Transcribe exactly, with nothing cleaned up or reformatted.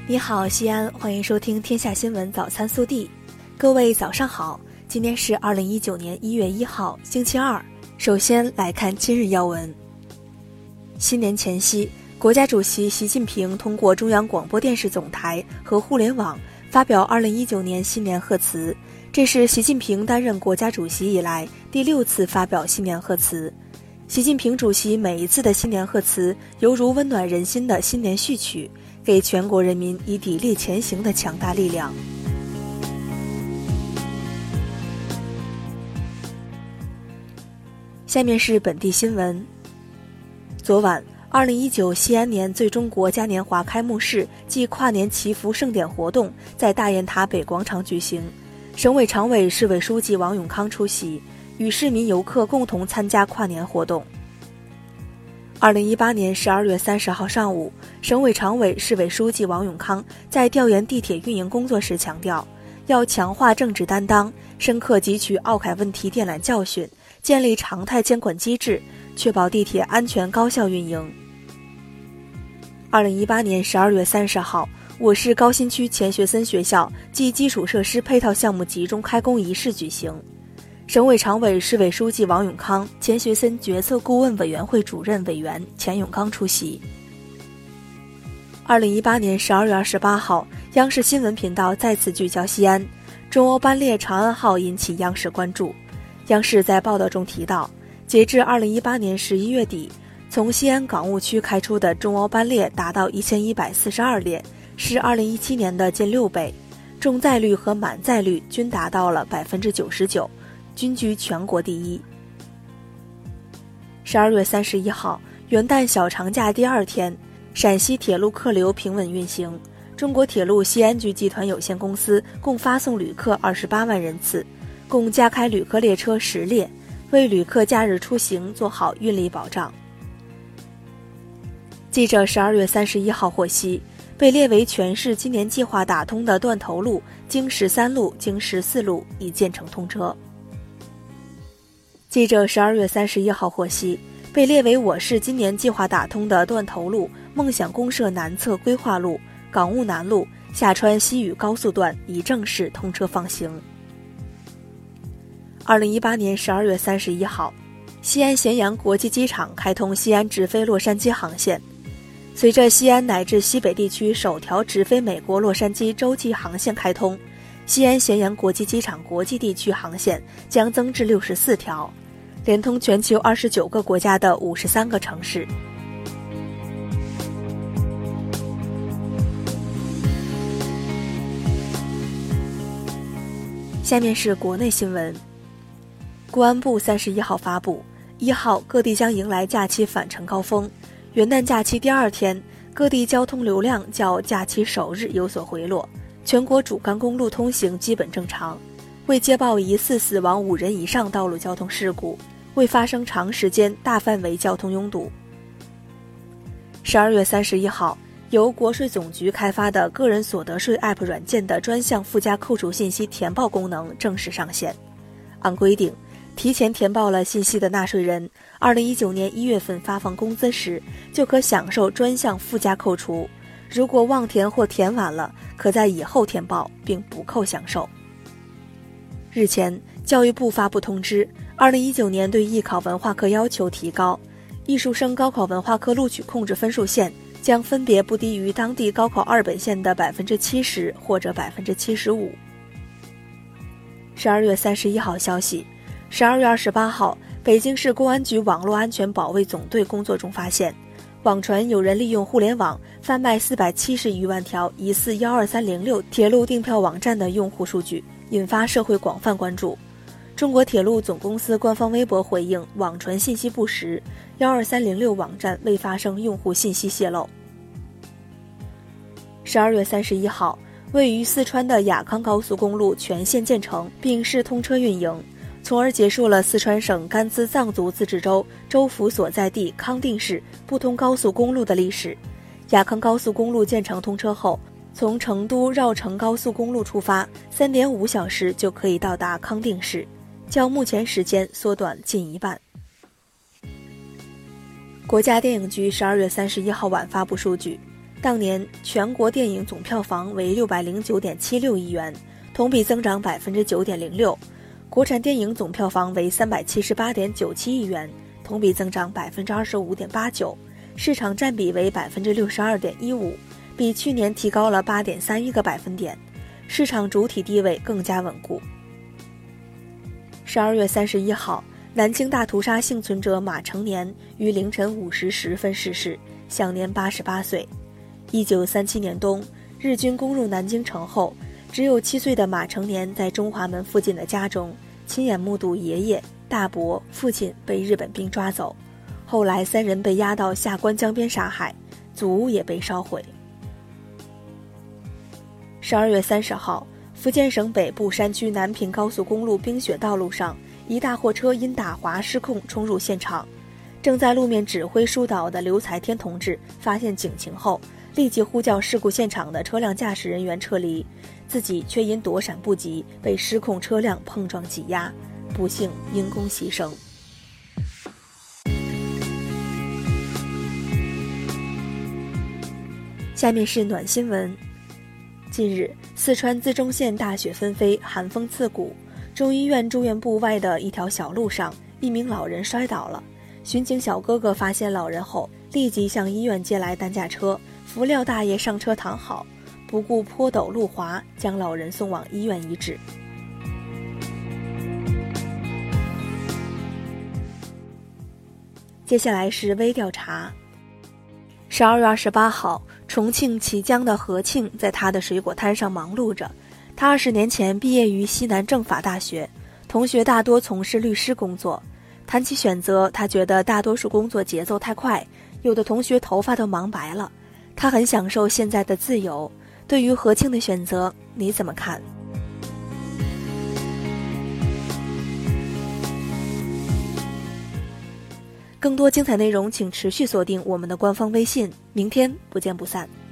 你好，西安，欢迎收听天下新闻早餐速递。各位早上好，今天是二零一九年一月一号，星期二。首先来看今日要闻。新年前夕，国家主席习近平通过中央广播电视总台和互联网发表二零一九年新年贺词，这是习近平担任国家主席以来第六次发表新年贺词。习近平主席每一次的新年贺词犹如温暖人心的新年序曲，给全国人民以砥砺前行的强大力量。下面是本地新闻。昨晚，二零一九西安年最中国嘉年华开幕式暨跨年祈福盛典活动在大雁塔北广场举行，省委常委、市委书记王永康出席，与市民游客共同参加跨年活动。二零一八年十二月三十号上午，省委常委、市委书记王永康在调研地铁运营工作时强调，要强化政治担当，深刻汲取奥凯问题电缆教训，建立常态监管机制，确保地铁安全高效运营。二零一八年十二月三十号，我市高新区钱学森学校暨基础设施配套项目集中开工仪式举行。省委常委、市委书记王永康、钱学森决策顾问委员会主任委员钱永刚出席。二零一八年十二月二十八号，央视新闻频道再次聚焦西安，中欧班列长安号引起央视关注。央视在报道中提到，截至二零一八年十一月底，从西安港务区开出的中欧班列达到一千一百四十二列，是二零一七年的近六倍，重载率和满载率均达到了百分之九十九，均居全国第一。十二月三十一号，元旦小长假第二天，陕西铁路客流平稳运行，中国铁路西安局集团有限公司共发送旅客二十八万人次，共加开旅客列车十列，为旅客假日出行做好运力保障。记者十二月三十一号获悉，被列为全市今年计划打通的断头路京十三路、京十四路已建成通车。记者十二月三十一号获悉，被列为我市今年计划打通的断头路梦想公社南侧规划路、港务南路、下川西屿高速段已正式通车放行。二零一八年十二月三十一号，西安咸阳国际机场开通西安直飞洛杉矶航线。随着西安乃至西北地区首条直飞美国洛杉矶洲际航线开通，西安咸阳国际机场国际地区航线将增至六十四条，连通全球二十九个国家的五十三个城市。下面是国内新闻。公安部三十一号发布，一号各地将迎来假期返程高峰。元旦假期第二天，各地交通流量较假期首日有所回落，全国主干公路通行基本正常，未接报疑似死亡五人以上道路交通事故，未发生长时间大范围交通拥堵。十二月三十一号，由国税总局开发的个人所得税 App 软件的专项附加扣除信息填报功能正式上线。按规定，提前填报了信息的纳税人，二零一九年一月份发放工资时，就可享受专项附加扣除。如果忘填或填晚了，可在以后填报并补扣享受。日前，教育部发布通知，二零一九年对艺考文化课要求提高，艺术生高考文化课录取控制分数线将分别不低于当地高考二本线的百分之七十或者百分之七十五。十二月三十一号消息。十二月二十八号，北京市公安局网络安全保卫总队工作中发现，网传有人利用互联网贩卖四百七十余万条疑似一二三零六铁路订票网站的用户数据，引发社会广泛关注。中国铁路总公司官方微博回应网传信息不实，一二三零六网站未发生用户信息泄露。十二月三十一号，位于四川的雅康高速公路全线建成并试通车运营，从而结束了四川省甘孜藏族自治州州府所在地康定市不通高速公路的历史。雅康高速公路建成通车后，从成都绕城高速公路出发，三点五小时就可以到达康定市，较目前时间缩短近一半。国家电影局十二月三十一号晚发布数据， 当年全国电影总票房为六百零九点七六亿元，同比增长百分之九点零六。国产电影总票房为三百七十八点九七亿元，同比增长百分之二十五点八九，市场占比为百分之六十二点一五，比去年提高了八点三一个百分点，市场主体地位更加稳固。十二月三十一号，南京大屠杀幸存者马成年于凌晨五时十分逝世，享年八十八岁。一九三七年冬，日军攻入南京城后，只有七岁的马成年在中华门附近的家中，亲眼目睹爷爷、大伯、父亲被日本兵抓走，后来三人被押到下关江边杀害，祖屋也被烧毁。十二月三十号，福建省北部山区南平高速公路冰雪道路上，一大货车因打滑失控冲入现场，正在路面指挥疏导的刘才天同志发现警情后，立即呼叫事故现场的车辆驾驶人员撤离，自己却因躲闪不及，被失控车辆碰撞挤压，不幸因公牺牲。下面是暖新闻。近日，四川资中县大雪纷飞，寒风刺骨。中医院住院部外的一条小路上，一名老人摔倒了。巡警小哥哥发现老人后，立即向医院借来担架车，扶廖大爷上车躺好，不顾坡陡路滑，将老人送往医院医治。接下来是微调查。十二月二十八号，重庆綦江的何庆在他的水果摊上忙碌着。他二十年前毕业于西南政法大学，同学大多从事律师工作。谈起选择，他觉得大多数工作节奏太快，有的同学头发都忙白了。他很享受现在的自由。对于何庆的选择，你怎么看？更多精彩内容请持续锁定我们的官方微信，明天不见不散。